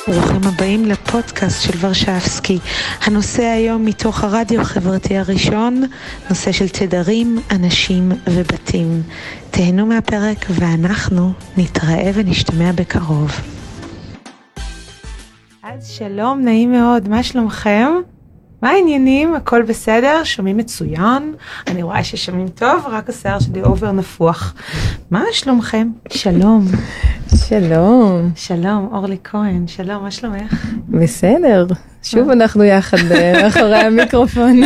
ברוכים הבאים לפודקאסט של ורשבסקי. הנושא היום מתוך הרדיו החברתי הראשון, נושא של תדרים, אנשים ובתים. תהנו מהפרק ואנחנו נתראה ונשתמע בקרוב. אז שלום, נעים מאוד, מה שלומכם? מה העניינים? הכל בסדר? שומעים מצוין? אני רואה ששומעים טוב, רק השיער שלי אובר נפוח. מה שלומכם? שלום. שלום. שלום, אורלי כהן. שלום, מה שלומך? בסדר. שוב אנחנו יחד מאחורי המיקרופון.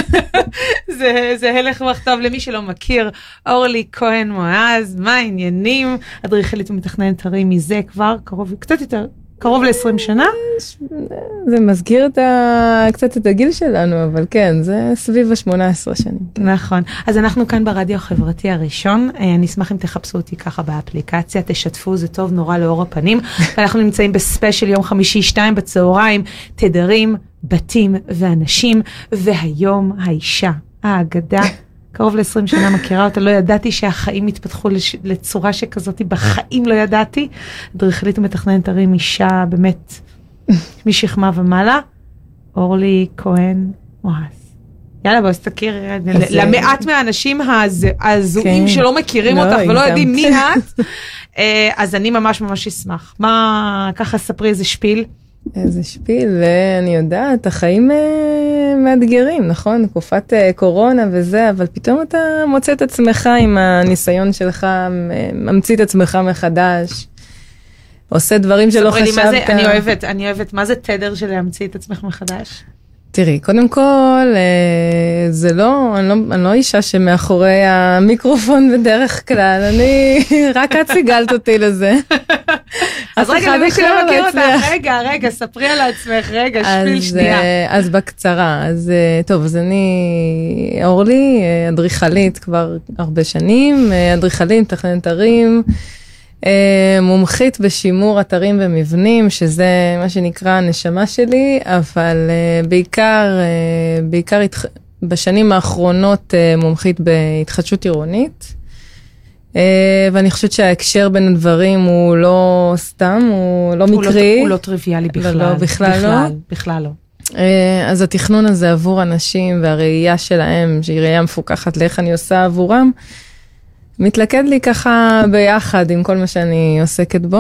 זה הלך מחטוב למי שלא מכיר. אורלי כהן מועז, מה העניינים? אדריכלית ומתכננת הרי מזה כבר קרוב ל-20 שנה. זה מזכיר קצת את הגיל שלנו, אבל כן, זה סביב ה-18 שנים. נכון. אז אנחנו כאן ברדיו החברתי הראשון. אני אשמח אם תחפשו אותי ככה באפליקציה, תשתפו, זה טוב נורא לאור הפנים. ואנחנו נמצאים בספיישל יום חמישי 2 בצהריים, תדרים, בתים ואנשים, והיום האישה, האגדה, קרוב ל-20 שנה מכירה אותה, לא ידעתי שהחיים התפתחו לצורה שכזאת, בחיים לא ידעתי. אדריכלית ומתכננת הרי אישה באמת משכמה ומעלה, אורלי כהן מועז. יאללה, בואו תכיר למעט מהאנשים הזויים שלא מכירים אותך ולא יודעים מי את, אז אני ממש ממש אשמח. מה, ככה ספרי איזה שפיל? איזה שפיל, אני יודעת, החיים מאתגרים, נכון? תקופת קורונה וזה, אבל פתאום אתה מוצא את עצמך עם הניסיון שלך, ממציא את עצמך מחדש, עושה דברים שלא חשבת. אני אוהבת, מה זה תדר של להמציא את עצמך מחדש? תראי, קודם כל, אני לא אישה שמאחורי המיקרופון בדרך כלל, רק את סיגלת אותי לזה. אז רגע, למי שלא מכיר אותך, רגע, ספרי על עצמך, שפיל שנייה. אז בקצרה, טוב, אז אני אורלי, אדריכלית כבר הרבה שנים, אדריכלית, מתכננת ערים, מומחית בשימור אתרים ומבנים, שזה מה שנקרא הנשמה שלי, אבל בעיקר בשנים האחרונות מומחית בהתחדשות עירונית, ואני חושבת שההקשר בין הדברים הוא לא סתם, הוא לא מקרי. הוא לא טריוויאלי בכלל. לא, בכלל לא. אז התכנון הזה עבור אנשים והראייה שלהם, שהיא ראייה מפוקחת לאיך אני עושה עבורם, מתלכד לי ככה ביחד עם כל מה שאני עוסקת בו.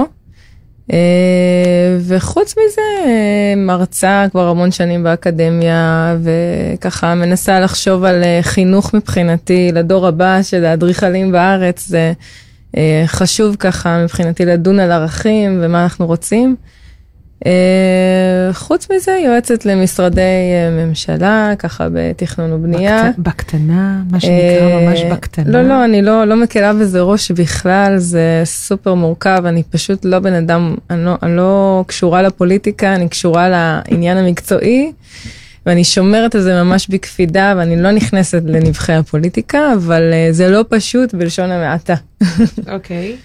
וחוץ מזה, מרצה כבר המון שנים באקדמיה, וככה מנסה לחשוב על חינוך מבחינתי לדור הבא של האדריכלים בארץ. זה חשוב ככה מבחינתי לדון על ערכים ומה אנחנו רוצים. חוץ מזה, יועצת למשרדי ממשלה, ככה בתכנון ובנייה. בקטנה, מה שנקרא ממש בקטנה. לא, אני לא מקלה בזה ראש בכלל, זה סופר מורכב, אני פשוט לא בן אדם, אני לא קשורה לפוליטיקה, אני קשורה לעניין המקצועי, ואני שומרת על זה ממש בקפידה, ואני לא נכנסת לנבחי הפוליטיקה, אבל זה לא פשוט בלשון המעטה. אוקיי.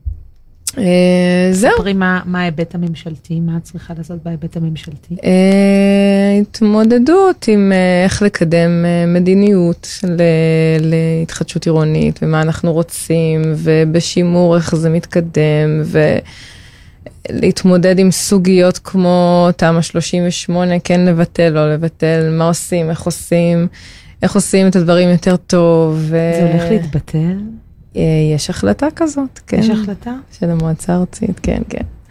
זהו. ספרי מה ההיבט הממשלתי, מה את צריכה לעשות בהיבט הממשלתי? התמודדות עם איך לקדם מדיניות להתחדשות עירונית, ומה אנחנו רוצים, ובשימור איך זה מתקדם, ולהתמודד עם סוגיות כמו תמ"א 38, כן לבטל, לא לבטל, מה עושים, איך עושים את הדברים יותר טוב. זה הולך להתבטל? יש החלטה כזאת, כן. יש החלטה? של המועצה הארצית, כן.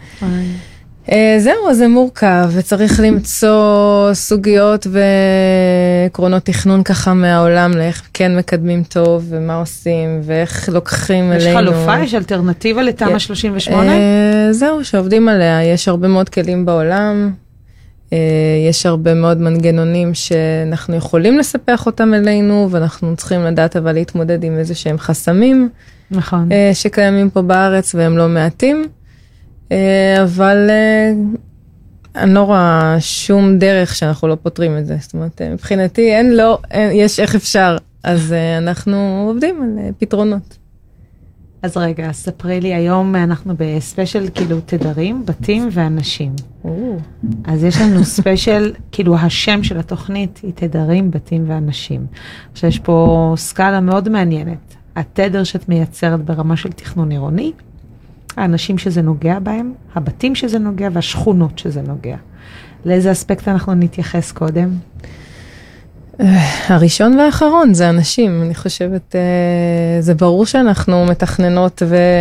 זהו, זה מורכב, וצריך למצוא סוגיות ועקרונות תכנון ככה מהעולם, לאיך כן מקדמים טוב, ומה עושים, ואיך לוקחים אלינו. יש חלופה? יש אלטרנטיבה לתמ"א 38? זהו, שעובדים עליה. יש הרבה מאוד כלים בעולם, יש הרבה מאוד מנגנונים שאנחנו יכולים לספח אותם אלינו, ואנחנו צריכים לדעת אבל להתמודד עם איזה שהם חסמים. נכון. שקיימים פה בארץ והם לא מעטים. אבל אני לא רואה שום דרך שאנחנו לא פותרים את זה. זאת אומרת, מבחינתי יש איך אפשר. אז אנחנו עובדים על פתרונות. אז רגע, ספרי לי, היום אנחנו בספיישל כאילו תדרים, בתים ואנשים. אז יש לנו ספיישל, כאילו השם של התוכנית היא תדרים, בתים ואנשים. עכשיו יש פה סקאלה מאוד מעניינת. התדר שאת מייצרת ברמה של תכנון עירוני, האנשים שזה נוגע בהם, הבתים שזה נוגע והשכונות שזה נוגע. לאיזה אספקט אנחנו נתייחס קודם? הראשון והאחרון זה אנשים, אני חושבת, זה ברור שאנחנו מתכננות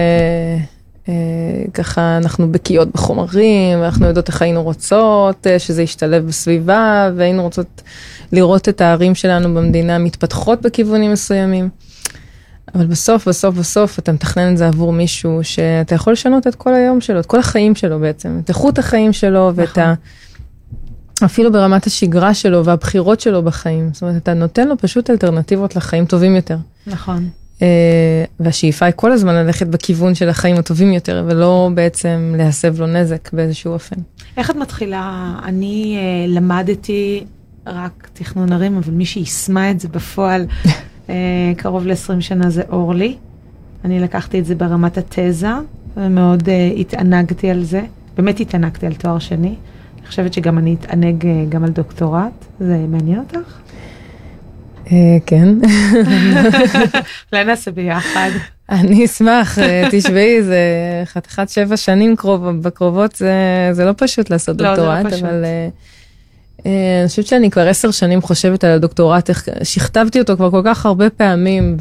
וככה אנחנו בקיאות בחומרים, ואנחנו יודעות איך היינו רוצות, שזה ישתלב בסביבה, והיינו רוצות לראות את הערים שלנו במדינה מתפתחות בכיוונים מסוימים. אבל בסוף אתה מתכנן את זה עבור מישהו שאתה יכול לשנות את כל היום שלו, את כל החיים שלו בעצם, את איכות החיים שלו ואת אפילו ברמת השגרה שלו והבחירות שלו בחיים. זאת אומרת, אתה נותן לו פשוט אלטרנטיבות לחיים טובים יותר. נכון. והשאיפה היא כל הזמן ללכת בכיוון של החיים הטובים יותר, ולא בעצם להסב לו נזק באיזשהו אופן. איך את מתחילה? אני למדתי רק תכנון ערים, אבל מי שישמע את זה בפועל קרוב ל-20 שנה זה אורלי. אני לקחתי את זה ברמת התזה, ומאוד התענגתי על זה. באמת התענגתי על תואר שני. אני חושבת שגם אני אתענג גם על דוקטורט. זה מעניין אותך? כן. אולי נעשה ביחד. אני אשמח, תשמעי, זה חתיכת 7 שנים בקרובות, זה לא פשוט לעשות דוקטורט, אבל אני חושבת שאני כבר 10 שנים חושבת על הדוקטורט, שכתבתי אותו כבר כל כך הרבה פעמים,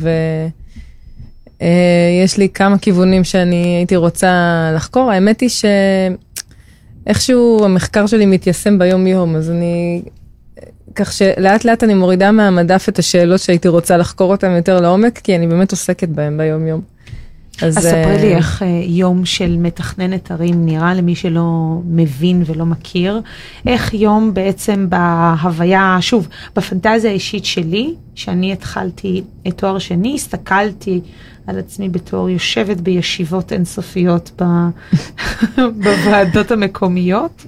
ויש לי כמה כיוונים שאני הייתי רוצה לחקור. האמת היא שאיכשהו המחקר שלי מתיישם ביום יום, אז כך שלאט לאט אני מורידה מהמדף את השאלות שהייתי רוצה לחקור אותן יותר לעומק, כי אני באמת עוסקת בהן ביום יום. אז ספרי לי איך יום של מתכננת ערים נראה למי שלא מבין ולא מכיר. איך יום בעצם בהוויה, שוב, בפנטזיה האישית שלי, שאני התחלתי את תואר שני, הסתכלתי על עצמי בתור יושבת בישיבות אינסופיות בוועדות המקומיות.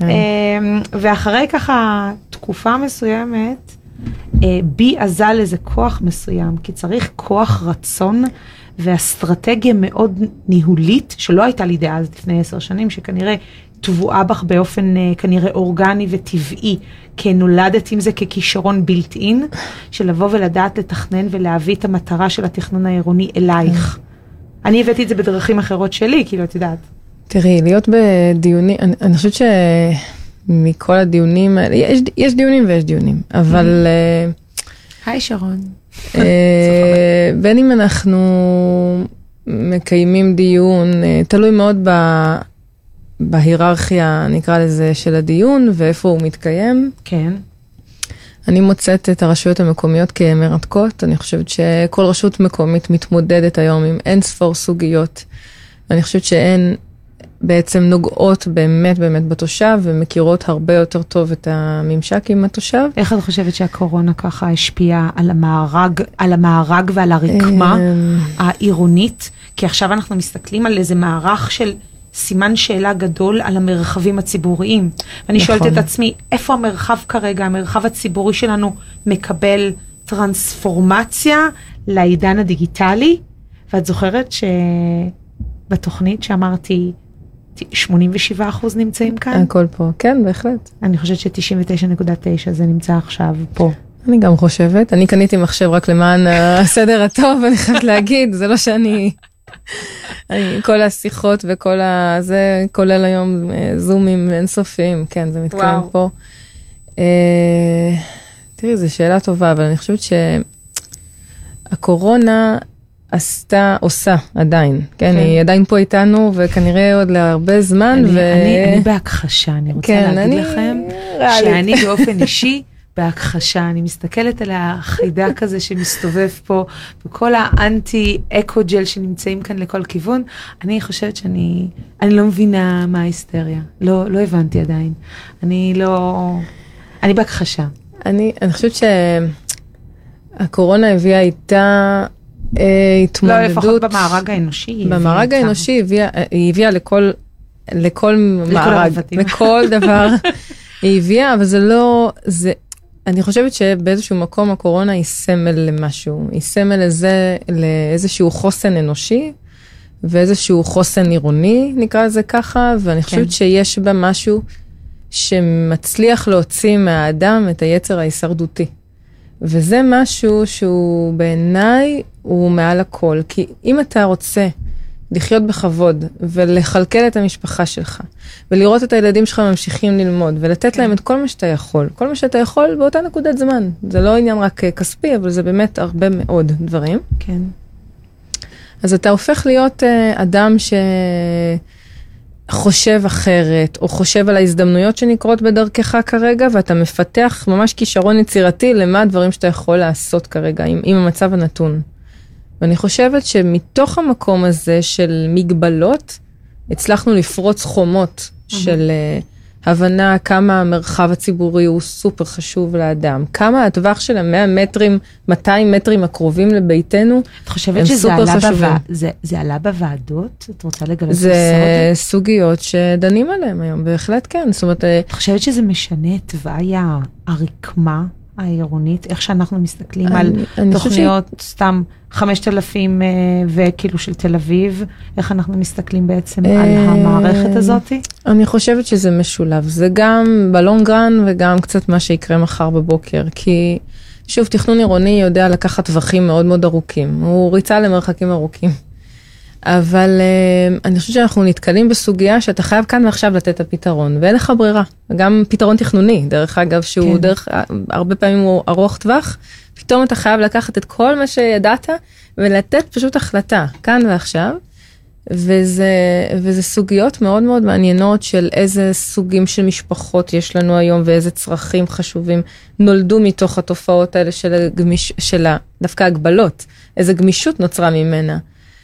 ואחרי ככה תקופה מסוימת, בי עזל איזה כוח מסוים, כי צריך כוח רצון ואסטרטגיה מאוד ניהולית, שלא הייתה לי דאז לפני 10 שנים, שכנראה טבועה בך באופן כנראה אורגני וטבעי, כי נולדת עם זה ככישרון בילט-אין, של לבוא ולדעת לתכנן ולהביא את המטרה של התכנון העירוני אלייך. אני הבאתי את זה בדרכים אחרות שלי, כאילו את יודעת. תראי, להיות בדיונים, אני חושבת שמכל הדיונים, יש דיונים ויש דיונים, אבל היי שרון. בין אם אנחנו מקיימים דיון, תלוי מאוד בהיררכיה, נקרא לזה, של הדיון, ואיפה הוא מתקיים. כן. אני מוצאת את הרשויות המקומיות כמרתקות. אני חושבת שכל רשות מקומית מתמודדת היום עם אין ספור סוגיות. ואני חושבת שהן בעצם נוגעות באמת באמת בתושב, ומכירות הרבה יותר טוב את הממשק עם התושב. איך את חושבת שהקורונה ככה השפיעה על המארג ועל הרקמה העירונית? כי עכשיו אנחנו מסתכלים על איזה מערך של סימן שאלה גדול על המרחבים הציבוריים. ואני שואלת את עצמי, איפה המרחב כרגע, המרחב הציבורי שלנו מקבל טרנספורמציה לעידן הדיגיטלי? ואת זוכרת שבתוכנית שאמרתי, 87% נמצאים כאן? הכל פה, כן, בהחלט. אני חושבת ש99.9 זה נמצא עכשיו פה. אני גם חושבת, אני קניתי מחשב רק למען הסדר הטוב, אני חייבת להגיד, זה לא שאני... כל השיחות וכל זה, כולל היום זומים אינסופיים, כן, זה מתקיים פה. תראי, זו שאלה טובה, אבל אני חושבת שהקורונה עושה עדיין, כן, היא עדיין פה איתנו, וכנראה עוד להרבה זמן. אני בהכחשה, אני רוצה להגיד לכם, שאני באופן אישי, בהכחשה, אני מסתכלת על החידה כזה שמסתובב פה, וכל האנטי-אקו-ג'ל שנמצאים כאן לכל כיוון, אני חושבת שאני לא מבינה מה ההיסטריה, לא הבנתי עדיין. אני בהכחשה. אני חושבת שהקורונה הביאה איתה התמודדות. לא, לפחות במארג האנושי. במארג האנושי היא הביאה לכל מארג, לכל דבר היא הביאה, אבל זה לא, אני חושבת שבאיזשהו מקום הקורונה היא סמל למשהו, היא סמל לזה, לאיזשהו חוסן אנושי, ואיזשהו חוסן עירוני, נקרא לזה ככה, ואני חושבת שיש בה משהו שמצליח להוציא מהאדם את היצר ההישרדותי. וזה משהו שהוא בעיניי הוא מעל הכל, כי אם אתה רוצה לחיות בכבוד, ולחלקל את המשפחה שלך, ולראות את הילדים שלך ממשיכים ללמוד, ולתת להם את כל מה שאתה יכול. כל מה שאתה יכול באותה נקודת זמן. זה לא עניין רק כספי, אבל זה באמת הרבה מאוד דברים. כן. אז אתה הופך להיות אדם שחושב אחרת, או חושב על ההזדמנויות שנקרות בדרכך כרגע, ואתה מפתח ממש כישרון יצירתי למה הדברים שאתה יכול לעשות כרגע, עם המצב הנתון. ואני חושבת שמתוך המקום הזה של מגבלות, הצלחנו לפרוץ חומות של הבנה כמה המרחב הציבורי הוא סופר חשוב לאדם, כמה הטווח של 100 מטרים, 200 מטרים הקרובים לביתנו, את חושבת שזה עלה בוועדות? את רוצה לגלות זה סוגיות שדנים עליהן היום, בהחלט כן. זאת אומרת, את חושבת שזה משנה את תוואי הרקמה העירונית, איך שאנחנו מסתכלים על תוכניות סתם 5,000 וכאילו של תל אביב, איך אנחנו מסתכלים בעצם על המערכת הזאת? אני חושבת שזה משולב, זה גם בלונגרן וגם קצת מה שיקרה מחר בבוקר, כי שוב, תכנון עירוני יודע לקחת טווחים מאוד מאוד ארוכים, הוא ריצה למרחקים ארוכים. אבל אני חושבת שאנחנו נתקלים בסוגיה שאתה חייב כאן ועכשיו לתת את הפתרון, ואין לך ברירה. גם פתרון תכנוני, דרך אגב, שהוא כן. דרך, הרבה פעמים הוא ארוך טווח, פתאום אתה חייב לקחת את כל מה שידעת, ולתת פשוט החלטה, כאן ועכשיו, וזה סוגיות מאוד מאוד מעניינות של איזה סוגים של משפחות יש לנו היום, ואיזה צרכים חשובים נולדו מתוך התופעות האלה של דווקא הגבלות, איזה גמישות נוצרה ממנה.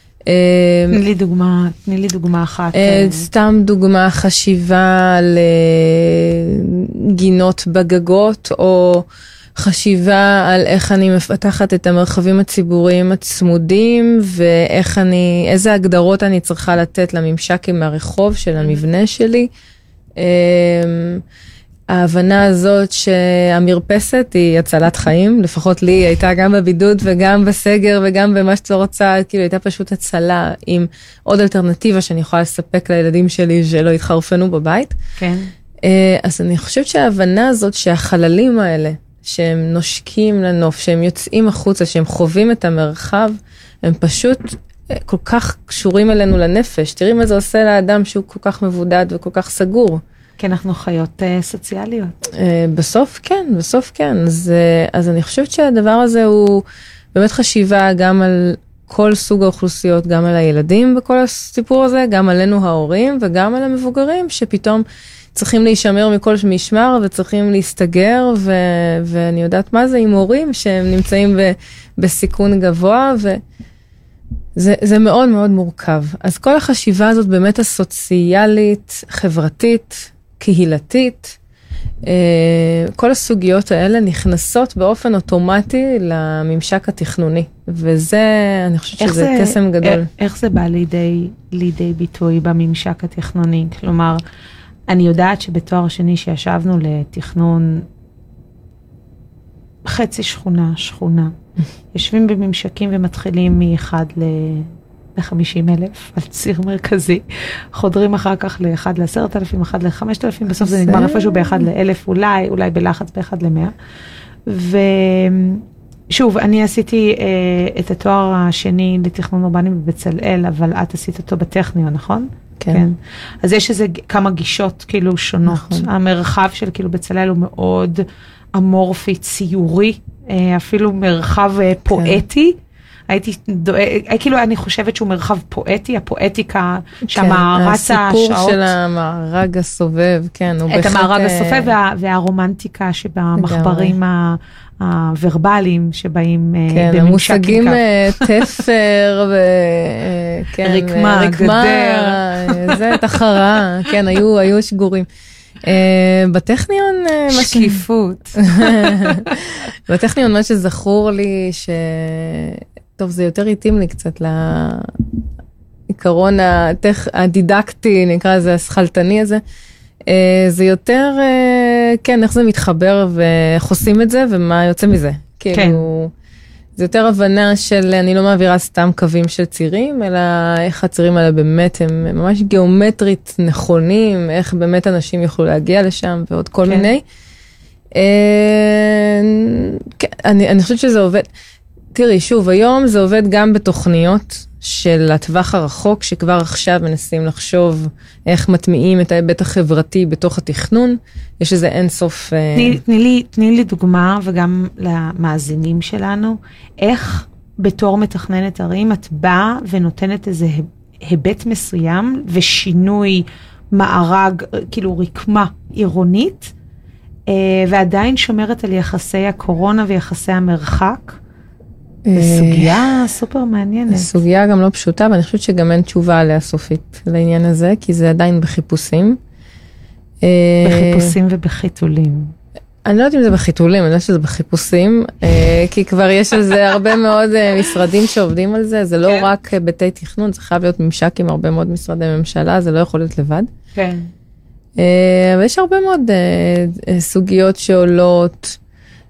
תני לי דוגמה אחת. סתם דוגמה, חשיבה לגינות בגגות, או חשיבה על איך אני מפתחת את המרחבים הציבוריים הצמודים, איזה הגדרות אני צריכה לתת לממשק עם הרחוב של המבנה שלי. ההבנה הזאת שהמרפסת היא הצלת חיים, לפחות לי הייתה גם בבידוד וגם בסגר וגם במה שאתה רוצה, כאילו הייתה פשוט הצלה עם עוד אלטרנטיבה שאני יכולה לספק לילדים שלי שלא יתחרפנו בבית. כן. אז אני חושבת שההבנה הזאת שהחללים האלה, שהם נושקים לנוף, שהם יוצאים החוצה, שהם חווים את המרחב, הם פשוט כל כך קשורים אלינו לנפש. תראי מה זה עושה לאדם שהוא כל כך מבודד וכל כך סגור. כי אנחנו חיות סוציאליות. בסוף כן. אז אני חושבת שהדבר הזה הוא באמת חשיבה גם על כל סוג האוכלוסיות, גם על הילדים בכל הסיפור הזה, גם עלינו ההורים וגם על המבוגרים, שפתאום צריכים להישמר מכל משמר וצריכים להסתגר, ואני יודעת מה זה עם הורים שהם נמצאים בסיכון גבוה, זה מאוד מאוד מורכב. אז כל החשיבה הזאת באמת הסוציאלית, חברתית, קהילתית, כל הסוגיות האלה נכנסות באופן אוטומטי לממשק התכנוני, וזה, אני חושבת שזה קסם גדול. איך זה בא לידי ביטוי בממשק התכנוני? כלומר, אני יודעת שבתואר השני שישבנו לתכנון חצי שכונה, יושבים בממשקים ומתחילים מ1 ל-50,000 על ציר מרכזי, חודרים אחר כך ל1 ל10,000, 1 ל5,000, בסוף זה נגמר איפשהו ב1 ל1,000, אולי בלחץ ב1 ל100. ושוב, אני עשיתי את התואר השני לתכנון אורבני בבצלאל, אבל את עשית אותו בטכניון, נכון? כן. אז יש איזה כמה גישות כאילו שונות. נכון. המרחב של כאילו בצלאל הוא מאוד אמורפי, ציורי, אפילו מרחב פואטי. כאילו אני חושבת שהוא מרחב פואטי, הפואטיקה שהמארג השעות. הסיפור של המארג הסובב, כן. את המארג הסובב והרומנטיקה שבמחברים הוורבליים שבאים כן, המושגים תפר רקמה, גדר. זה תחרה, כן, היו שגורים. בטכניון שקיפות. בטכניון מה שזכור לי טוב, זה יותר התאים לי קצת לעיקרון הדידקטי, נקרא לזה השכלתני הזה. זה יותר, כן, איך זה מתחבר ואיך עושים את זה ומה יוצא מזה. כן. כאילו, זה יותר הבנה של, אני לא מעבירה סתם קווים של צירים, אלא איך הצירים האלה באמת הם ממש גיאומטרית נכונים, איך באמת אנשים יוכלו להגיע לשם ועוד כל מיני. כן, אני חושבת שזה עובד. תראי, שוב, היום זה עובד גם בתוכניות של הטווח הרחוק, שכבר עכשיו מנסים לחשוב איך מטמיעים את ההיבט החברתי בתוך התכנון, יש איזה אינסוף... תני לי דוגמה, וגם למאזינים שלנו, איך בתור מתכננת ערים את באה ונותנת איזה היבט מסוים, ושינוי מארג, כאילו רקמה עירונית, ועדיין שומרת על יחסי הקורונה ויחסי המרחק. זו סוגיה סופר מעניינת. סוגיה גם לא פשוטה, ואני חושבת שגם אין תשובה עליה סופית לעניין הזה, כי זה עדיין בחיפושים. בחיפושים ובחיתולים. אני לא יודעת אם זה בחיתולים, אני יודעת שזה בחיפושים, כי כבר יש על זה הרבה מאוד משרדים שעובדים על זה, זה לא רק ביתי תכנון, זה חייב להיות ממשק עם הרבה מאוד משרדי ממשלה, זה לא יכול להיות לבד. כן. ויש הרבה מאוד סוגיות שעולות,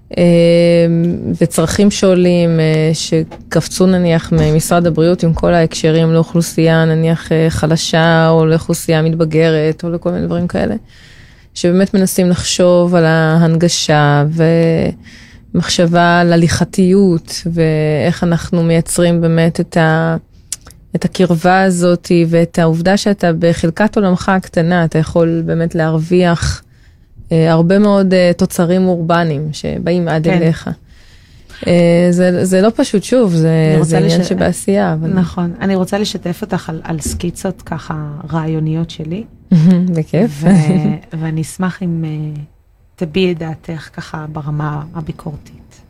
וצרכים שעולים, שקפצו נניח ממשרד הבריאות עם כל ההקשרים לאוכלוסייה, נניח חלשה, או לאוכלוסייה מתבגרת, או לכל מיני דברים כאלה. שבאמת מנסים לחשוב על ההנגשה ומחשבה על הליכתיות ואיך אנחנו מייצרים באמת את הקרבה הזאת ואת העובדה שאתה בחלקת עולמך הקטנה, אתה יכול באמת להרוויח הרבה מאוד תוצרים אורבניים שבאים עד אליך. זה לא פשוט, שוב, זה עניין שבעשייה. נכון, אני רוצה לשתף אותך על סקיצות ככה רעיוניות שלי. בכיף. ואני אשמח אם תביעי את דעתך ככה ברמה הביקורתית.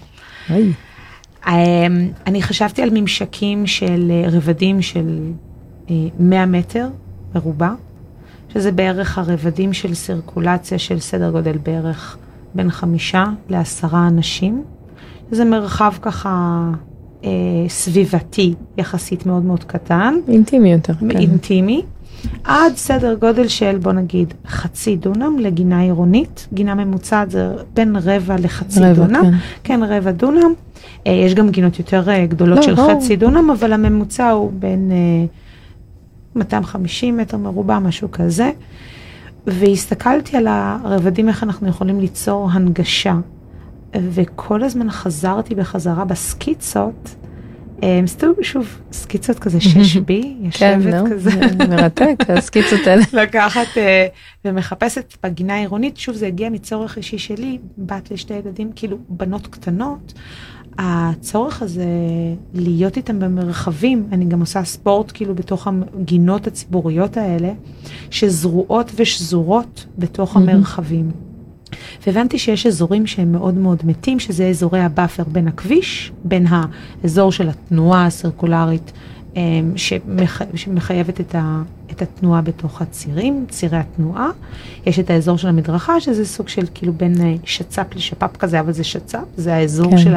אני חשבתי על ממשקים של רבדים של 100 מטר מרובע, שזה בערך הרבדים של סירקולציה של סדר גודל בערך בין 5 ל10 אנשים. זה מרחב ככה סביבתי יחסית מאוד מאוד קטן. אינטימי יותר. אינטימי. עד סדר גודל של, בוא נגיד, חצי דונם לגינה עירונית. גינה ממוצעת זה בין רבע לחצי דונם. כן, רבע דונם. יש גם גינות יותר גדולות של חצי דונם, אבל הממוצע הוא בין 250 מטר מרובע, משהו כזה. והסתכלתי על הרבדים, איך אנחנו יכולים ליצור הנגשה. וכל הזמן חזרתי בחזרה בסקיצות, שוב, סקיצות כזה 6B, ישבת כזה. מרתק, הסקיצות האלה. לקחת ומחפשת בגינה העירונית, שוב זה הגיע מצורך אישי שלי, בת לשתי ילדים, כאילו בנות קטנות, הצורך הזה להיות איתם במרחבים, אני גם עושה ספורט כאילו בתוך הגינות הציבוריות האלה, שזרועות ושזורות בתוך המרחבים. והבנתי שיש אזורים שהם מאוד מאוד מתים, שזה אזורי הבאפר בין הכביש, בין האזור של התנועה הסירקולרית, שמחייבת את התנועה בתוך הצירים, צירי התנועה. יש את האזור של המדרכה, שזה סוג של כאילו בין שצ"פ לשפ"פ כזה, אבל זה שצ"פ, זה האזור של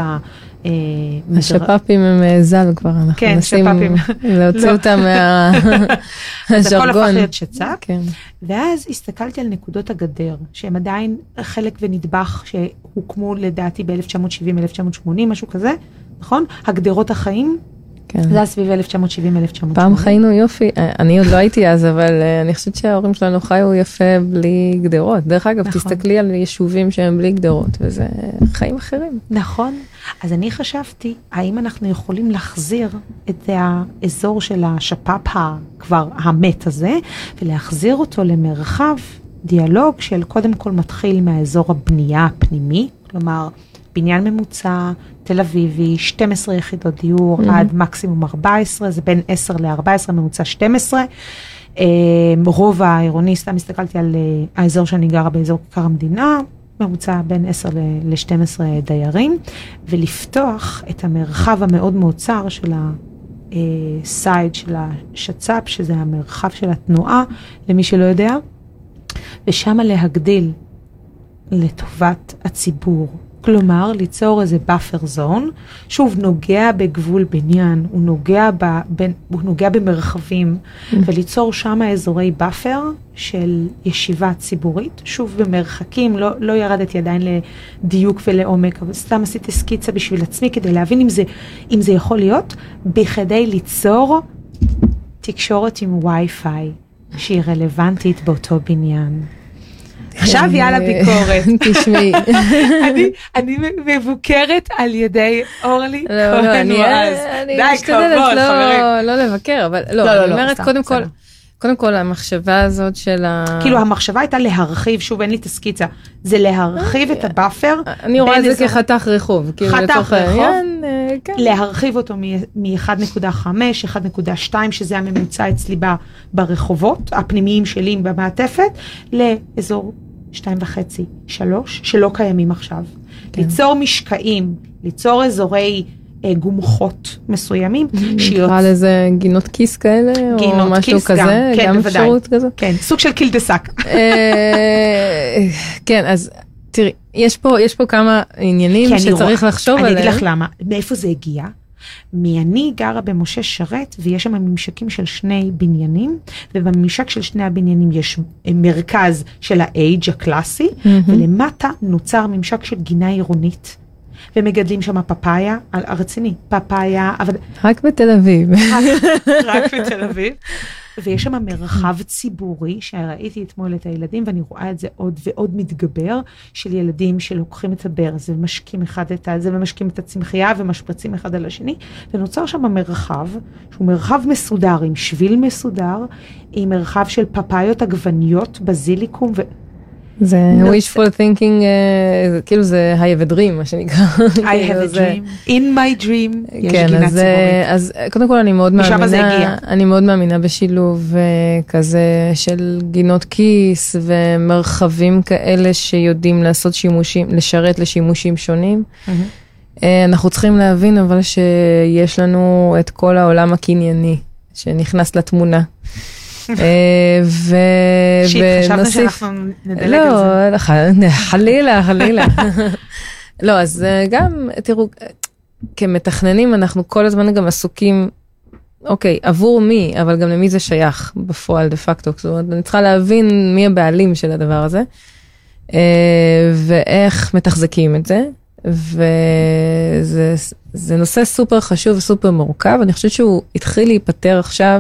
השפ"פים הם ז"ל כבר, אנחנו מנסים להוציא אותם מהז'רגון. זה הכל הפך להיות שצ"פ, ואז הסתכלתי על נקודות הגדר, שהם עדיין חלק ונדבך שהוקמו לדעתי ב-1970-1980, משהו כזה, נכון? הגדרות החיים, זה היה סביב 1970-1980. פעם חיינו יופי, אני עוד לא הייתי אז, אבל אני חושבת שההורים שלנו חיו יפה בלי גדרות. דרך אגב, תסתכלי על יישובים שהם בלי גדרות, וזה חיים אחרים. נכון. אז אני חשבתי, האם אנחנו יכולים להחזיר את האזור של השפ"פ כבר המת הזה, ולהחזיר אותו למרחב דיאלוג של קודם כל מתחיל מהאזור הבנייה הפנימי, כלומר, בניין ממוצע, תל אביבי, 12 יחידות דיור, עד מקסימום 14, זה בין 10 ל-14, ממוצע 12. רוב העירוני, סתם הסתכלתי על האזור שאני גרה באזור כיכר המדינה, ממוצע בין 10 ל-12 דיירים, ולפתוח את המרחב המאוד מאוד צר של הסייד של השצ"פ, שזה המרחב של התנועה, למי שלא יודע, ושם להגדיל לטובת הציבור. כלומר, ליצור איזה buffer zone, שוב, נוגע בגבול בניין, הוא נוגע במרחבים, וליצור שם אזורי buffer של ישיבה ציבורית, שוב במרחקים, לא ירדתי עדיין לדיוק ולעומק, אבל סתם עשיתי סקיצה בשביל עצמי, כדי להבין אם זה יכול להיות, בכדי ליצור תקשורת עם וי-פיי, שהיא רלוונטית באותו בניין. עכשיו יאללה ביקורת. תשמעי. אני מבוקרת על ידי אורלי לא, כהן מועז. אני משתדלת לא לבקר, אבל לא, אני אומרת קודם כל המחשבה הזאת של כאילו המחשבה הייתה להרחיב, שוב אין לי את הסקיצה, זה להרחיב את הבאפר. אני רואה את זה כחתך רחוב. חתך רחוב, להרחיב אותו מ-1.5, 1.2, שזה הממוצע אצלי ברחובות, הפנימיים שלי במעטפת, לאזור 2.5, 3, שלא קיימים עכשיו. ליצור משקעים, ליצור אזורי גומחות מסוימים. נקרא לזה גינות כיס כאלה, או משהו כזה, גם אפשרות כזו. כן, סוג של קילדסק. כן, אז תראי, יש פה כמה עניינים שצריך לחשוב עליהם. אני אגיד לך למה, מאיפה זה הגיע? אני גרה במשה שרת, ויש שם ממשקים של שני בניינים, ובממשק של שני הבניינים יש מרכז של האייג' הקלאסי, ולמטה נוצר ממשק של גינה עירונית. ומגדלים שם פפאיה, הרציני, פפאיה, אבל... רק בתל אביב. רק בתל אביב. ויש שם מרחב ציבורי, שראיתי אתמול את הילדים, ואני רואה את זה עוד ועוד מתגבר, של ילדים שלוקחים את הברז, ומשקים אחד את זה, ומשקים את הצמחייה, ומשפרצים אחד על השני, ונוצר שם מרחב, שהוא מרחב מסודר, עם שביל מסודר, עם מרחב של פפאיות, עגבניות, בזיליקום, זה wishful thinking, כאילו זה I have a dream, מה שנקרא. I have a dream. In my dream, יש כן, גינה ציבורית. אז קודם כל אני מאוד מאמינה בשילוב כזה של גינות כיס ומרחבים כאלה שיודעים לעשות שימושים, לשרת לשימושים שונים. אנחנו צריכים להבין אבל שיש לנו את כל העולם הקנייני שנכנס לתמונה. חשבנו שאנחנו נדלג על זה. לא, חלילה. לא, אז גם, תראו, כמתכננים אנחנו כל הזמן גם עסוקים, אוקיי, עבור מי, אבל גם למי זה שייך בפועל דה פקטו. זאת אומרת, אני צריכה להבין מי הבעלים של הדבר הזה, ואיך מתחזקים את זה, וזה נושא סופר חשוב וסופר מורכב. אני חושבת שהוא התחיל להיפטר עכשיו,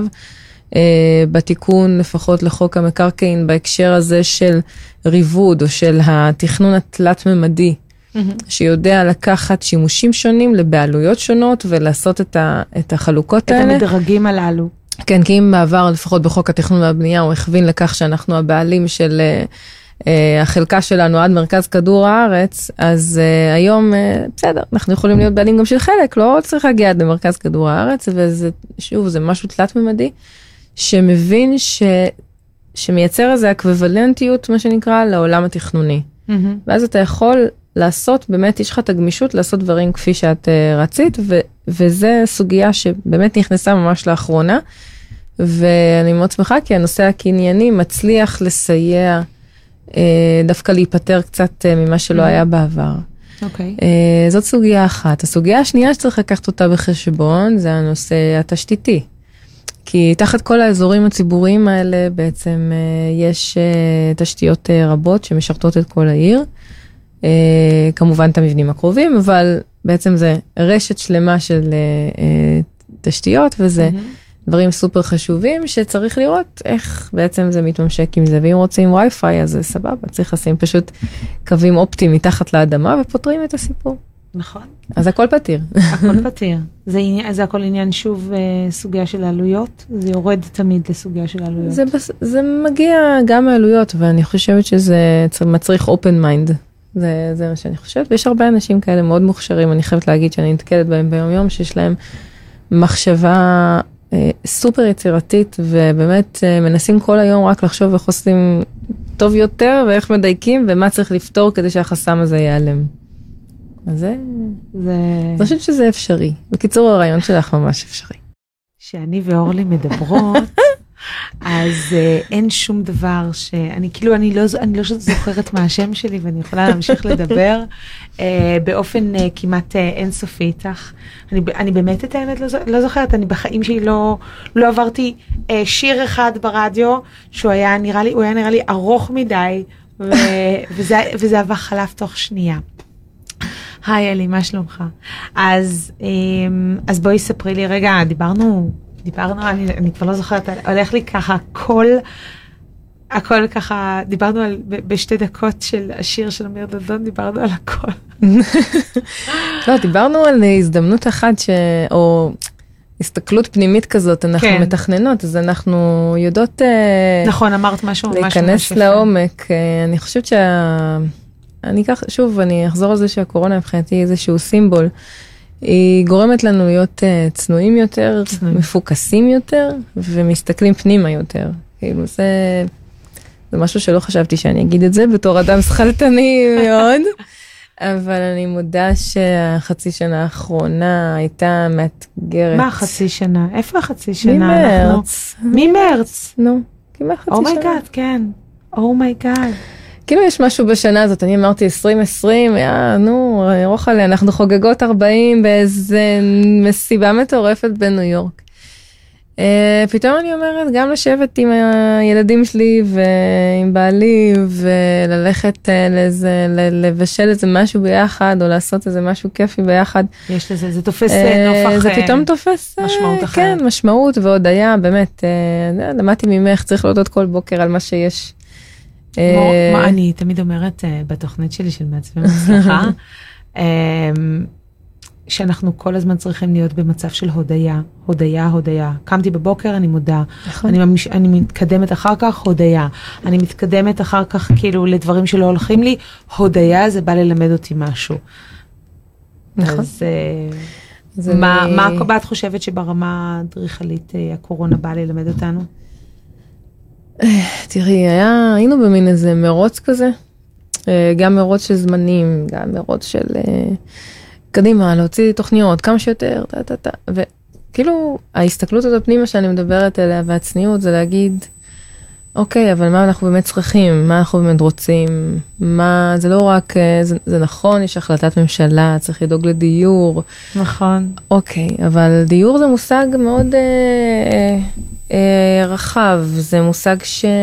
בתיקון לפחות לחוק המקרקעין בהקשר הזה של ריבוד או של התכנון התלת-ממדי, שיודע לקחת שימושים שונים לבעלויות שונות ולעשות את החלוקות האלה. את המדרגים הללו. כן, כי אם בעבר לפחות בחוק התכנון והבנייה הוא הכווין לכך שאנחנו הבעלים של החלקה שלנו עד מרכז כדור הארץ, אז היום בסדר, אנחנו יכולים להיות בעלים גם של חלק, לא צריך להגיע עד למרכז כדור הארץ, וזה שוב, זה משהו תלת-ממדי. שמבין שמייצר איזו אקוויוולנטיות, מה שנקרא, לעולם התכנוני. ואז אתה יכול לעשות, באמת יש לך את הגמישות לעשות דברים כפי שאת רצית, וזה סוגיה שבאמת נכנסה ממש לאחרונה, ואני מאוד שמחה כי הנושא הקנייני מצליח לסייע דווקא להיפטר קצת ממה שלא היה בעבר. אוקיי. זאת סוגיה אחת. הסוגיה השנייה שצריך לקחת אותה בחשבון, זה הנושא התשתיתי. כי תחת כל האזורים הציבוריים האלה בעצם יש תשתיות רבות שמשרתות את כל העיר. כמובן את המבנים הקרובים, אבל בעצם זה רשת שלמה של תשתיות, וזה דברים סופר חשובים שצריך לראות איך בעצם זה מתממשק עם זה. ואם רוצים וי-פיי, אז זה סבבה, צריך לשים פשוט קווים אופטיים מתחת לאדמה ופותרים את הסיפור. נכון. אז הכל פתיר. הכל פתיר. זה הכל עניין שוב סוגיה של העלויות? זה יורד תמיד לסוגיה של העלויות? זה מגיע גם מהעלויות, ואני חושבת שזה מצריך open mind. זה מה שאני חושבת, ויש הרבה אנשים כאלה מאוד מוכשרים, אני חייבת להגיד שאני נתקלת בהם ביום יום, שיש להם מחשבה סופר יצירתית, ובאמת מנסים כל היום רק לחשוב איך עושים טוב יותר, ואיך מדייקים, ומה צריך לפתור כדי שהחסם הזה ייעלם. אז אני חושבת שזה אפשרי. בקיצור, הרעיון שלך ממש אפשרי. שאני ואורלי מדברות, אז אין שום דבר שאני, כאילו, אני לא זוכרת מה השם שלי, ואני יכולה להמשיך לדבר באופן כמעט אינסופי איתך. אני באמת את האמת לא זוכרת, אני בחיים שלי לא עברתי שיר אחד ברדיו, שהוא היה נראה לי ארוך מדי, וזה עבר חלף תוך שנייה. היי אלי, מה שלומך? אז בואי ספרי לי רגע, דיברנו, אני כבר לא זוכרת, הולך לי ככה כל הכל ככה, דיברנו על, בשתי דקות של השיר של אמיר דדון, דיברנו על הכל. לא, דיברנו על הזדמנות אחת, או הסתכלות פנימית כזאת, אנחנו מתכננות, אז אנחנו יודעות נכון, אמרת משהו ממש להיכנס לעומק. אני חושבת אני אקח, שוב, אני אחזור על זה שהקורונה מבחינתי איזשהו סימבול, היא גורמת לנו להיות צנועים יותר, מפוקסים יותר, ומסתכלים פנימה יותר. כאילו זה משהו שלא חשבתי שאני אגיד את זה, בתור אדם שכלתני מאוד, אבל אני מודה שהחצי שנה האחרונה הייתה מאתגרת. מה החצי שנה? איפה החצי שנה? ממרץ. ממרץ? נו, כמעט חצי שנה. אומייגאד, כן. אומייגאד. כאילו יש משהו בשנה הזאת, אני אמרתי 2020, נו, רוחלה, אנחנו חוגגות 40 באיזה מסיבה מטורפת בניו יורק. פתאום אני אומרת, גם לשבת עם הילדים שלי ועם בעלי, וללכת לבשל איזה משהו ביחד, או לעשות איזה משהו כיפי ביחד. יש לזה, זה תופס נוף אחר. זה פתאום תופס משמעות אחרת. כן, משמעות ועוד היה, באמת, למדתי ממך, צריך להודות כל בוקר על מה שיש. מה אני תמיד אומרת בתוכנית שלי של מעצבים הצלחה, שאנחנו כל הזמן צריכים להיות במצב של הודיה, הודיה, הודיה. קמתי בבוקר, אני מודה. אני מתקדמת אחר כך, הודיה. אני מתקדמת אחר כך כאילו לדברים שלא הולכים לי, הודיה זה בא ללמד אותי משהו. נכון. אז מה את חושבת שברמה אדריכלית הקורונה באה ללמד אותנו? תראי, היינו במין איזה מרוץ כזה, גם מרוץ של זמנים, גם מרוץ של קדימה, להוציא תוכניות, כמה שיותר, וכאילו ההסתכלות הזאת פנימה שאני מדברת עליה, והצניעות זה להגיד, אוקיי, אבל מה אנחנו באמת צריכים, מה אנחנו באמת רוצים, זה לא רק, זה נכון, יש החלטת ממשלה, צריך לדאוג לדיור. נכון. אוקיי, אבל דיור זה מושג מאוד רחב, זה מושג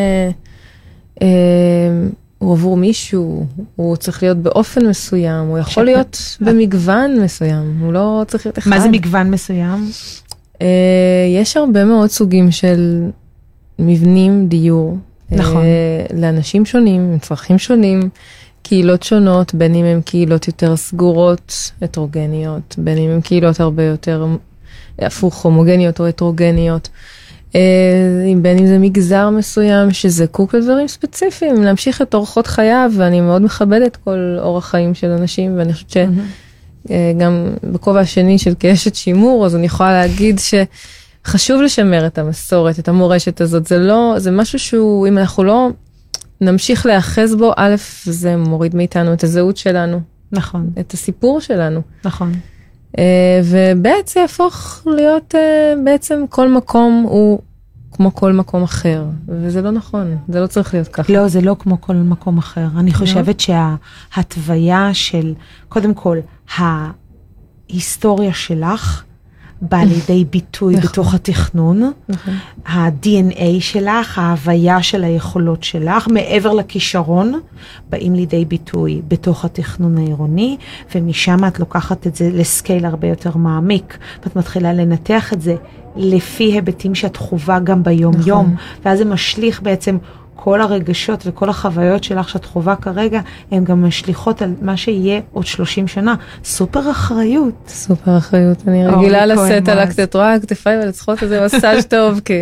הוא עבור מישהו, הוא צריך להיות באופן מסוים, הוא יכול להיות במגוון מסוים, הוא לא צריך להיות אחד. מה זה מגוון מסוים? יש הרבה מאוד סוגים של מבנים, דיור. נכון. לאנשים שונים, עם צרכים שונים, קהילות שונות, בין אם הם קהילות יותר סגורות, הטרוגניות, בין אם הם קהילות הרבה יותר הפוך, הומוגניות או הטרוגניות. בין אם זה מגזר מסוים שזקוק לדברים ספציפיים, להמשיך את אורחות חייו, ואני מאוד מכבדת כל אורח חיים של אנשים, ואני חושבת שגם בכובע השני של כאשת שימור, אז אני יכולה להגיד שחשוב לשמר את המסורת, את המורשת הזאת, זה משהו שהוא, אם אנחנו לא נמשיך להאחז בו, א', זה מוריד מאיתנו את הזהות שלנו. נכון. את הסיפור שלנו. נכון. ובעצם זה יהפוך להיות, בעצם כל מקום הוא כמו כל מקום אחר, וזה לא נכון, זה לא צריך להיות ככה. לא, זה לא כמו כל מקום אחר. אני חושבת שההתוויה של, קודם כל, ההיסטוריה שלך, בא לידי ביטוי בתוך התכנון, ה-DNA שלך, ההוויה של היכולות שלך, מעבר לכישרון, באים לידי ביטוי בתוך התכנון העירוני, ומשם את לוקחת את זה לסקייל הרבה יותר מעמיק, ואת מתחילה לנתח את זה לפי היבטים שאת חובה גם ביום יום, ואז זה משליך בעצם כל הרגשות וכל החוויות שלך שאת חובה כרגע, הן גם משליחות על מה שיהיה עוד 30 שנה. סופר אחריות. סופר אחריות. אני רגילה לשאת על הכתפיי ולצחות איזה מסאז' טוב, כי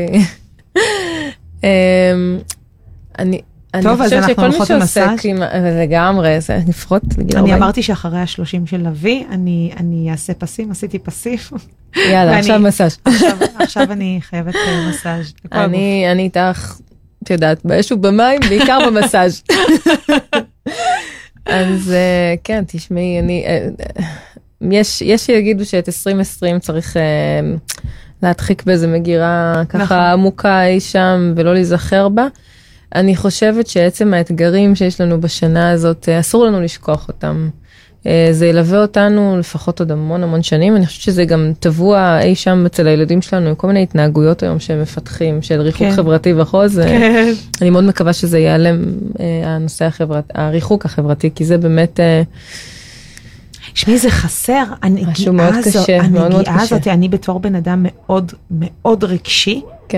אני חושבת שכל מי שעוסק לגמרי, זה לפחות לגיל 40. אני אמרתי שאחרי ה-30 של לוי, אני אעשה פסים, עשיתי פסיף. יאללה, עכשיו מסאז'. עכשיו אני חייבת מסאז'. אני איתך, את יודעת, באש ובמים, בעיקר במסאז'. אז כן, תשמעי, יש שיגידו שאת 2020 צריך להדחיק באיזה מגירה ככה עמוקה אי שם ולא להיזכר בה. אני חושבת שעצם האתגרים שיש לנו בשנה הזאת, אסור לנו לשכוח אותם. זה ילווה אותנו לפחות עוד המון שנים. אני חושבת שזה גם טבוע אי שם אצל הילדים שלנו, עם כל מיני התנהגויות היום שהם מפתחים, של ריחוק חברתי וחוז. אני מאוד מקווה שזה ייעלם, הנושא הריחוק החברתי, כי זה באמת שמי, זה חסר. משהו מאוד קשה, מאוד מאוד קשה. אני בתור בן אדם מאוד מאוד רגשי, כן.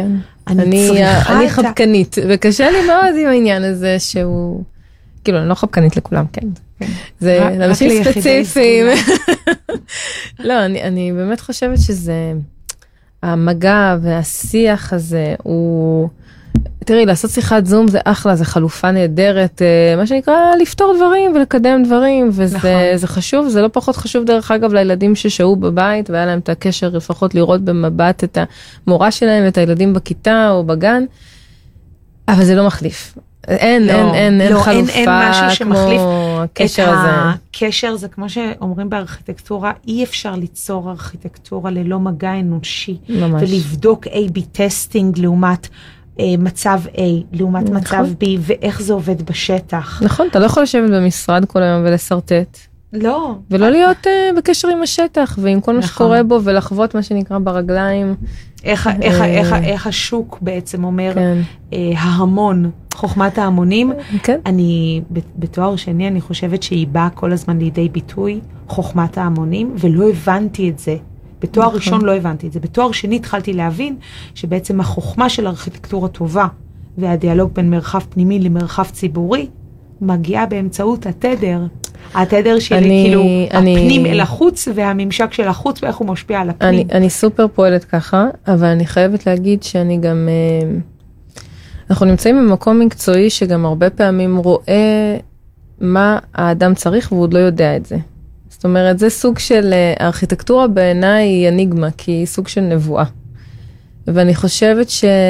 אני חבקנית, וקשה לי מאוד עם העניין הזה שהוא, כאילו, אני לא חבקנית לכולם, כן. זה אנשים ספציפיים. לא, אני באמת חושבת שזה, המגע והשיח הזה הוא, תראי, לעשות שיחת זום זה אחלה, זה חלופה נהדרת, מה שנקרא לפתור דברים ולקדם דברים, וזה חשוב, זה לא פחות חשוב דרך אגב לילדים ששהו בבית, והיה להם את הקשר לפחות לראות במבט את המורה שלהם, את הילדים בכיתה או בגן, אבל זה לא מחליף. אין חלופה כמו הקשר הזה. הקשר זה כמו שאומרים בארכיטקטורה, אי אפשר ליצור ארכיטקטורה ללא מגע אנושי, ולבדוק A-B טסטינג לעומת מצב A, לעומת מצב B, ואיך זה עובד בשטח. נכון, אתה לא יכול לשבת במשרד כל היום ולסרטט. לא. ולא להיות בקשר עם השטח, ועם כל מה שקורה בו, ולחוות מה שנקרא ברגליים. איך השוק בעצם אומר, ההמון, חוכמת ההמונים. אני, בתואר שני, אני חושבת שהיא באה כל הזמן לידי ביטוי, חוכמת ההמונים, ולא הבנתי את זה. בתואר ראשון לא הבנתי את זה. בתואר שני התחלתי להבין שבעצם החוכמה של ארכיטקטורה טובה, והדיאלוג בין מרחב פנימי למרחב ציבורי, מגיעה באמצעות התדר. התדר שלי, כאילו, הפנים אל החוץ, והממשק של החוץ, ואיך הוא משפיע על הפנים. אני סופר פועלת ככה, אבל אני חייבת להגיד שאני גם, אנחנו נמצאים במקום מקצועי, שגם הרבה פעמים רואה מה האדם צריך, והוא עוד לא יודע את זה. זאת אומרת, זה סוג של, הארכיטקטורה בעיניי היא אניגמה, כי היא סוג של נבואה. ואני חושבת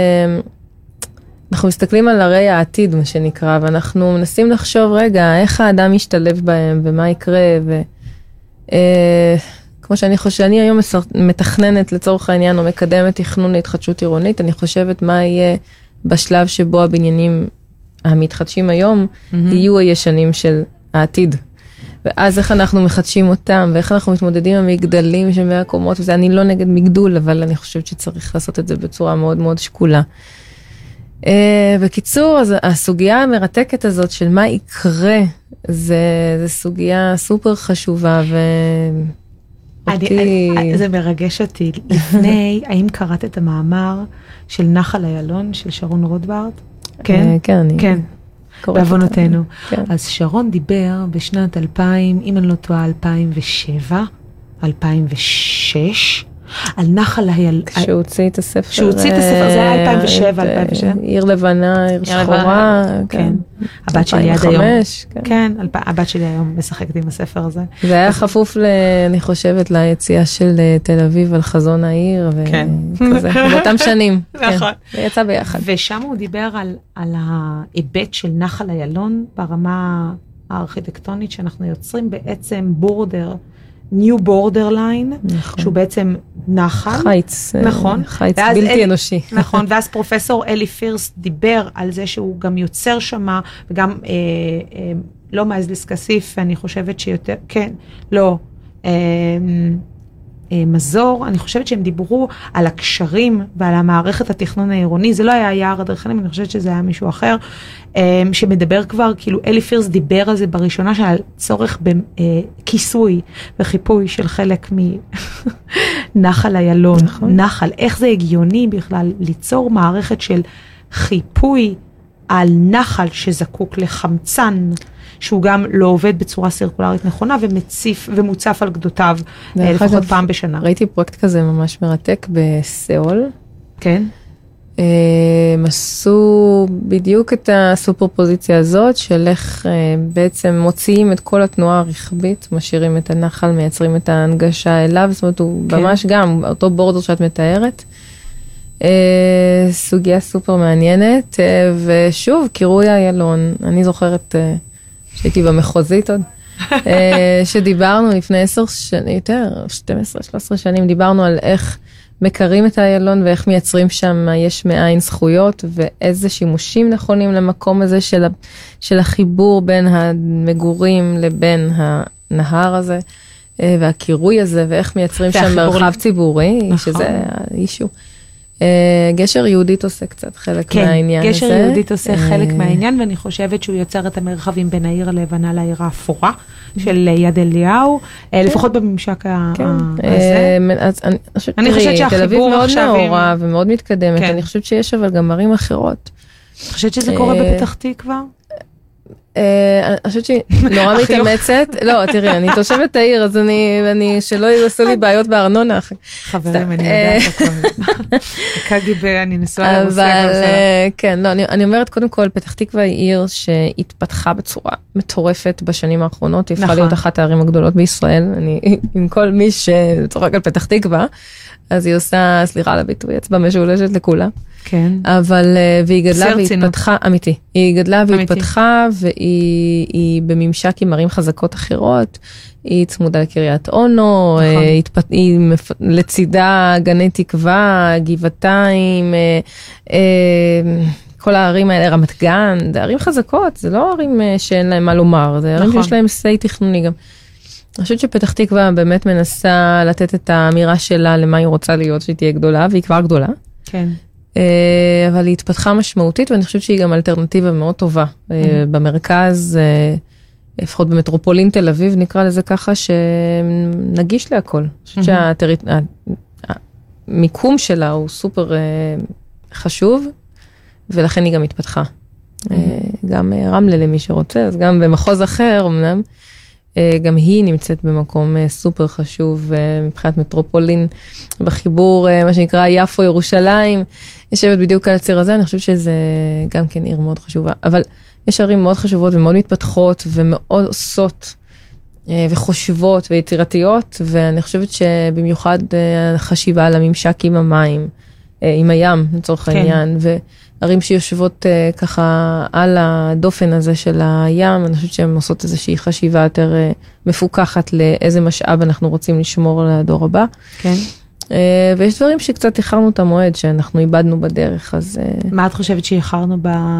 אנחנו מסתכלים על הרי העתיד, מה שנקרא, ואנחנו מנסים לחשוב, רגע, איך האדם ישתלב בהם, ומה יקרה, כמו שאני חושבת, אני היום מתכננת לצורך העניין, או מקדמת תכנון להתחדשות עירונית, אני חושבת מה יהיה בשלב שבו הבניינים המתחדשים היום, יהיו הישנים של העתיד. ואז איך אנחנו מחדשים אותם, ואיך אנחנו מתמודדים עם המגדלים של 100 קומות, וזה אני לא נגד מגדול, אבל אני חושבת שצריך לעשות את זה בצורה מאוד מאוד שקולה. בקיצור, אז הסוגיה המרתקת הזאת של מה יקרה, זה סוגיה סופר חשובה, זה מרגש אותי. לפני, האם קראת את המאמר של נחל איילון, של שרון רוטברט? כן? כן. בעוונותינו. אז שרון דיבר בשנת 2000, אם אני לא טועה, 2007, 2006, על נחל איילון. כשהוא הוציא את הספר. כשהוא הוציא את הספר, זה היה 2007, 2007. עיר לבנה, עיר שחורה. כן. הבת שלי עד היום. כן, הבת שלי היום משחקת עם הספר הזה. זה היה חפוף, אני חושבת, ליציאה של תל אביב על חזון העיר, וכזה, באותם שנים. נכון. ויצא ביחד. ושם הוא דיבר על ההיבט של נחל איילון, ברמה הארכיטקטונית שאנחנו יוצרים בעצם בורדר, New Borderline, שהוא בעצם נחל. חיץ. נכון. חיץ בלתי אנושי. נכון, ואז פרופסור אלי פירסט דיבר על זה שהוא גם יוצר שמה, וגם לא מייזליס כסיף, אני חושבת שיותר, כן, לא, מזור, אני חושבת שהם דיברו על הקשרים ועל המערכת התכנון העירוני, זה לא היה יער אדריכלים, אני חושבת שזה היה מישהו אחר, שמדבר כבר, כאילו אלי פירס דיבר על זה בראשונה, שעל צורך בכיסוי וחיפוי של חלק מנחל איילון, נחל, איך זה הגיוני בכלל ליצור מערכת של חיפוי על נחל שזקוק לחמצן, שהוא גם לא עובד בצורה סירקולרית נכונה, ומוצף על גדותיו לפחות פעם בשנה. ראיתי פרויקט כזה ממש מרתק בסיאול. כן. הם עשו בדיוק את הסופרפוזיציה הזאת, של איך בעצם מוציאים את כל התנועה הרכבית, משאירים את הנחל, מייצרים את ההנגשה אליו, זאת אומרת, הוא ממש גם אותו בורדר שאת מתארת. סוגיה סופר מעניינת, ושוב, קירוי איילון, אני זוכרת שהייתי במחוזית עוד, שדיברנו לפני 10 שנים, יותר, 12-13 שנים, דיברנו על איך מקרים את האיילון ואיך מייצרים שם יש מאין זכויות, ואיזה שימושים נכונים למקום הזה של החיבור בין המגורים לבין הנהר הזה, והקירוי הזה, ואיך מייצרים שם מרחב ציבורי, שזה האישו. גשר יהודית עושה קצת חלק מהעניין הזה. כן, גשר יהודית עושה חלק מהעניין, ואני חושבת שהוא יוצר את המרחבים בין העיר הלבנה לעיר האפורה, של יד אליהו, לפחות בממשק הזה. אני חושבת שהחיבור עכשיו... תל אביב מאוד נאורה ומאוד מתקדמת, אני חושבת שיש אבל גם ערים אחרות. אני חושבת שזה קורה בפתח תקווה? אני חושבת שהיא נורא מתאמצת. לא, תראי, אני תושבת העיר, אז שלא יעשו לי בעיות בארנונה. חברים, אני יודעת הכל. קגיבה, אני נשואה למושג. אבל כן, לא, אני אומרת קודם כל, פתח תקווה היא עיר שהתפתחה בצורה מטורפת בשנים האחרונות, היא הפכה להיות אחת הערים הגדולות בישראל, עם כל מי שצוחק על פתח תקווה, אז היא עושה, סליחה על הביטוי, אצבע משולשת לכולה. כן. אבל, והיא גדלה והתפתחה, אמיתי, היא גדלה והתפתחה, והיא בממשק עם ערים חזקות אחרות, היא צמודה לקריית אונו, היא לצידה גני תקווה, גבעתיים, כל הערים האלה, רמת גן, זה ערים חזקות, זה לא ערים שאין להם מה לומר, זה ערים שיש להם סי תכנוני גם. אני חושבת שפתח תקווה באמת מנסה לתת את האמירה שלה למה היא רוצה להיות, שהיא תהיה גדולה, והיא כבר גדולה. כן. אבל היא התפתחה משמעותית, ואני חושבת שהיא גם אלטרנטיבה מאוד טובה. במרכז, לפחות במטרופולין תל אביב, נקרא לזה ככה, שנגיש להכל. אני חושבת שהמיקום שלה הוא סופר חשוב, ולכן היא גם התפתחה. גם רמלה למי שרוצה, אז גם במחוז אחר, אמנם, גם היא נמצאת במקום סופר חשוב מבחינת מטרופולין, בחיבור, מה שנקרא יפו ירושלים, יושבת בדיוק על הציר הזה, אני חושבת שזה גם כן עיר מאוד חשובה, אבל יש ערים מאוד חשובות ומאוד מתפתחות ומאוד עושות וחושבות ויצירתיות, ואני חושבת שבמיוחד חשיבה על הממשק עם המים, עם הים לצורך העניין, ערים שיושבות ככה על הדופן הזה של הים, אני חושבת שהן עושות איזושהי חשיבה יותר מפוקחת לאיזה משאב אנחנו רוצים לשמור לדור הבא. כן. ויש דברים שקצת איחרנו את המועד, שאנחנו איבדנו בדרך, אז... מה את חושבת שאיחרנו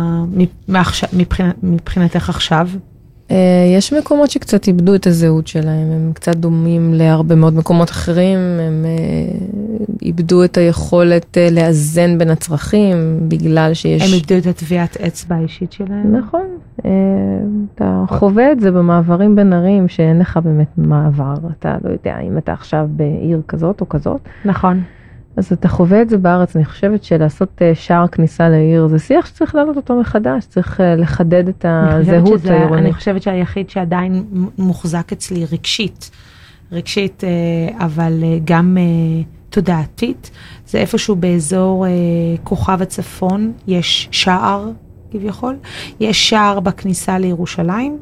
מבחינתך עכשיו? יש מקומות שקצת איבדו את הזהות שלהם, הם קצת דומים להרבה מאוד מקומות אחרים, הם איבדו את היכולת לאזן בין הצרכים, בגלל שיש... הם איבדו את הטביעת אצבע האישית שלהם? נכון, אתה חווה את זה במעברים בין ערים, שאין לך באמת מעבר, אתה לא יודע אם אתה עכשיו בעיר כזאת או כזאת. נכון. אז אתה חווה את זה בארץ, אני חושבת שלעשות שער כניסה לעיר, זה שיח שצריך לעלות אותו מחדש, צריך לחדד את הזהות העירונית. אני חושבת שהיחיד שעדיין מוחזק אצלי רגשית, אבל גם תודעתית, זה איפשהו באזור כוכב הצפון, יש שער כביכול, יש שער בכניסה לירושלים,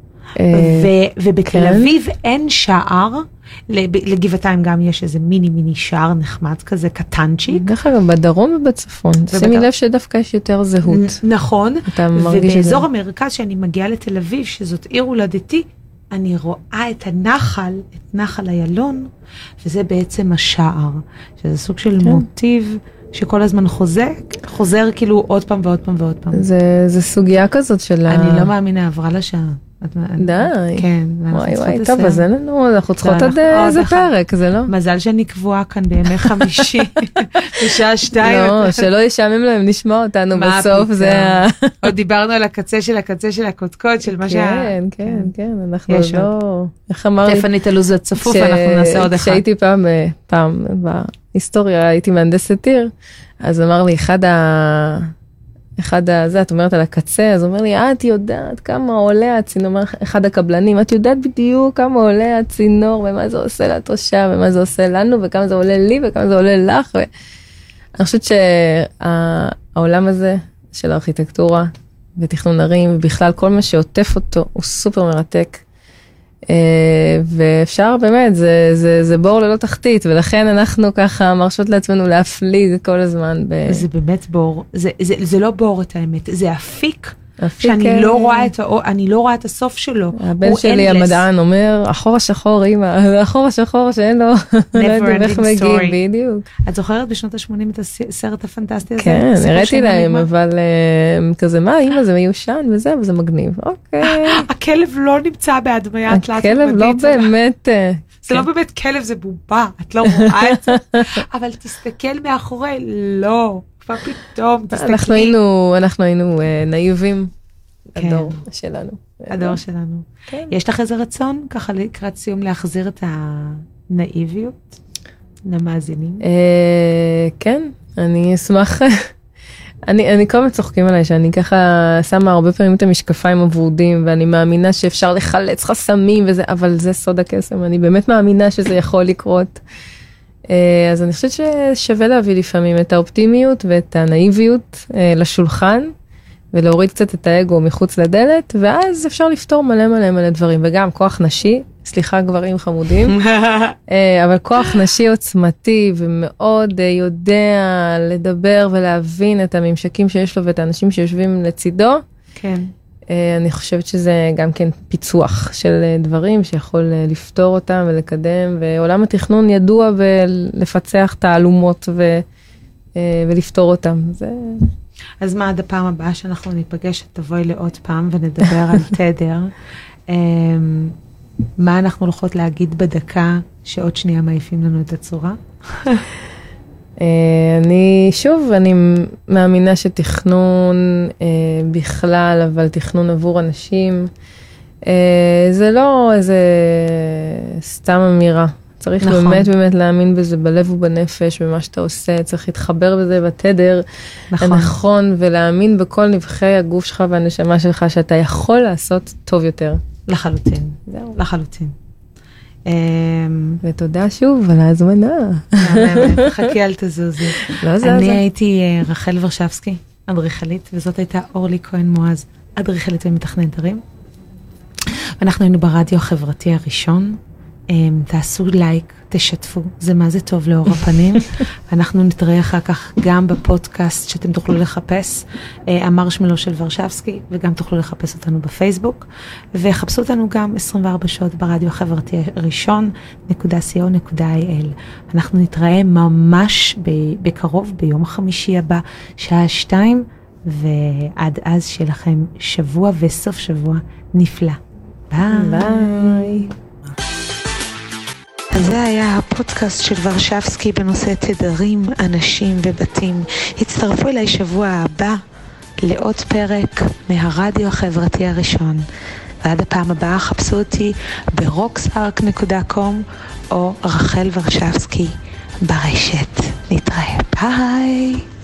ובתל אביב אין שער, לגבעתיים גם יש איזה מיני שער נחמד כזה, קטנצ'יק. דרך אגב, בדרום ובצפון, שימי לב שדווקא יש יותר זהות. נכון, ובאזור המרכז שאני מגיעה לתל אביב, שזאת עיר הולדתי, אני רואה את הנחל, את נחל איילון, וזה בעצם השער, שזה סוג של מוטיב שכל הזמן חוזר כאילו עוד פעם ועוד פעם ועוד פעם. זה סוגיה כזאת של... אני לא מאמינה, עברה לשעה. די. כן. וואי, טוב, אז אין לנו, אנחנו צריכות עוד איזה פרק, זה לא? מזל שאני קבועה כאן בימי חמישי, בשעה 2. לא, שלא ישעמם להם, נשמע אותנו בסוף, זה... עוד דיברנו על הקצה של הקודקוד, של מה שה... כן, אנחנו לא... איך אמר לי? תכף אני תלוז לצפוף, אנחנו נעשה עוד אחד. כשהייתי פעם בהיסטוריה, הייתי מהנדסת עיר, אז אמר לי, את אומרת על הקצה, אז אומר לי, את יודעת כמה עולה הצינור, אחד הקבלנים, את יודעת בדיוק כמה עולה הצינור, ומה זה עושה לתושב, ומה זה עושה לנו, וכמה זה עולה לי, וכמה זה עולה לך. אני חושבת שהעולם הזה של הארכיטקטורה, ותכנון ערים, ובכלל כל מה שעוטף אותו, הוא סופר מרתק. ואפשר באמת, זה בור ללא תחתית, ולכן אנחנו ככה מרשות לעצמנו להפליג כל הזמן. זה באמת בור, זה לא בור את האמת, זה אפיק שאני לא רואה את הסוף שלו. הבן שלי המדען אומר, החור השחור, אמא, החור השחור שאין לו, לא יודעים איך מגיעים, בדיוק. את זוכרת בשנות ה-80 את הסרט הפנטסטי הזה? כן, הראיתי להם, אבל כזה, מה, אמא, זה מיושן וזה, וזה מגניב, אוקיי. הכלב לא נמצא בהדמיה תלת-ממדית. הכלב לא באמת... זה לא באמת כלב, זה בובה, את לא רואה את זה, אבל תסתכל מאחורי, לא, כבר פתאום, תסתכלי. אנחנו היינו נאיבים, הדור שלנו. הדור שלנו. יש לך איזה רצון, ככה לקראת סיום, להחזיר את הנאיביות למאזינים? כן, אני אשמח. אני כל הזמן צוחקים עליי, שאני ככה שמה הרבה פעמים את המשקפיים הוורודים, ואני מאמינה שאפשר לחלץ חסמים וזה, אבל זה סוד הקסם, אני באמת מאמינה שזה יכול לקרות. אז אני חושבת ששווה להביא לפעמים את האופטימיות ואת הנאיביות לשולחן, ולהוריד קצת את האגו מחוץ לדלת, ואז אפשר לפתור מלא דברים, וגם כוח נשי, סליחה גברים חמודים, אבל כוח נשי עוצמתי ומאוד יודע לדבר ולהבין את הממשקים שיש לו ואת האנשים שיושבים לצידו. כן. אני חושבת שזה גם כן פיצוח של דברים שיכול לפתור אותם ולקדם, ועולם התכנון ידוע ולפצח תעלומות ולפתור אותם. אז מה עד הפעם הבאה שאנחנו ניפגש, תבואי לעוד פעם ונדבר על תדר. מה אנחנו הולכות להגיד בדקה שעוד שנייה מעיפים לנו את הצורה? אני מאמינה שתכנון בכלל, אבל תכנון עבור אנשים, זה לא איזה סתם אמירה. צריך באמת להאמין בזה בלב ובנפש, במה שאתה עושה, צריך להתחבר בזה בתדר הנכון, ולהאמין בכל נבחי הגוף שלך והנשמה שלך, שאתה יכול לעשות טוב יותר. לחלוטין, לחלוטין. ותודה שוב על ההזמנה. חכי אל תזוזי. לא, אני הייתי רחל ורשבסקי, אדריכלית, וזאת הייתה אורלי כהן מועז, אדריכלית ומתכננת ערים. ואנחנו היינו ברדיו החברתי הראשון. תעשו לייק, תשתפו, זה מה זה טוב לאור הפנים. אנחנו נתראה אחר כך גם בפודקאסט שאתם תוכלו לחפש, המרשמלו של ורשבסקי, וגם תוכלו לחפש אותנו בפייסבוק, וחפשו אותנו גם 24 שעות ברדיו החברתי הראשון, .co.il. אנחנו נתראה ממש בקרוב, ביום חמישי הבא, שעה 2, ועד אז שיהיה לכם שבוע וסוף שבוע נפלא. ביי. אז זה היה הפודקאסט של ורשבסקי בנושא תדרים, אנשים ובתים. הצטרפו אליי שבוע הבא לעוד פרק מהרדיו החברתי הראשון. ועד הפעם הבאה חפשו אותי ב-rockspark.com או רחל ורשבסקי ברשת. נתראה. ביי!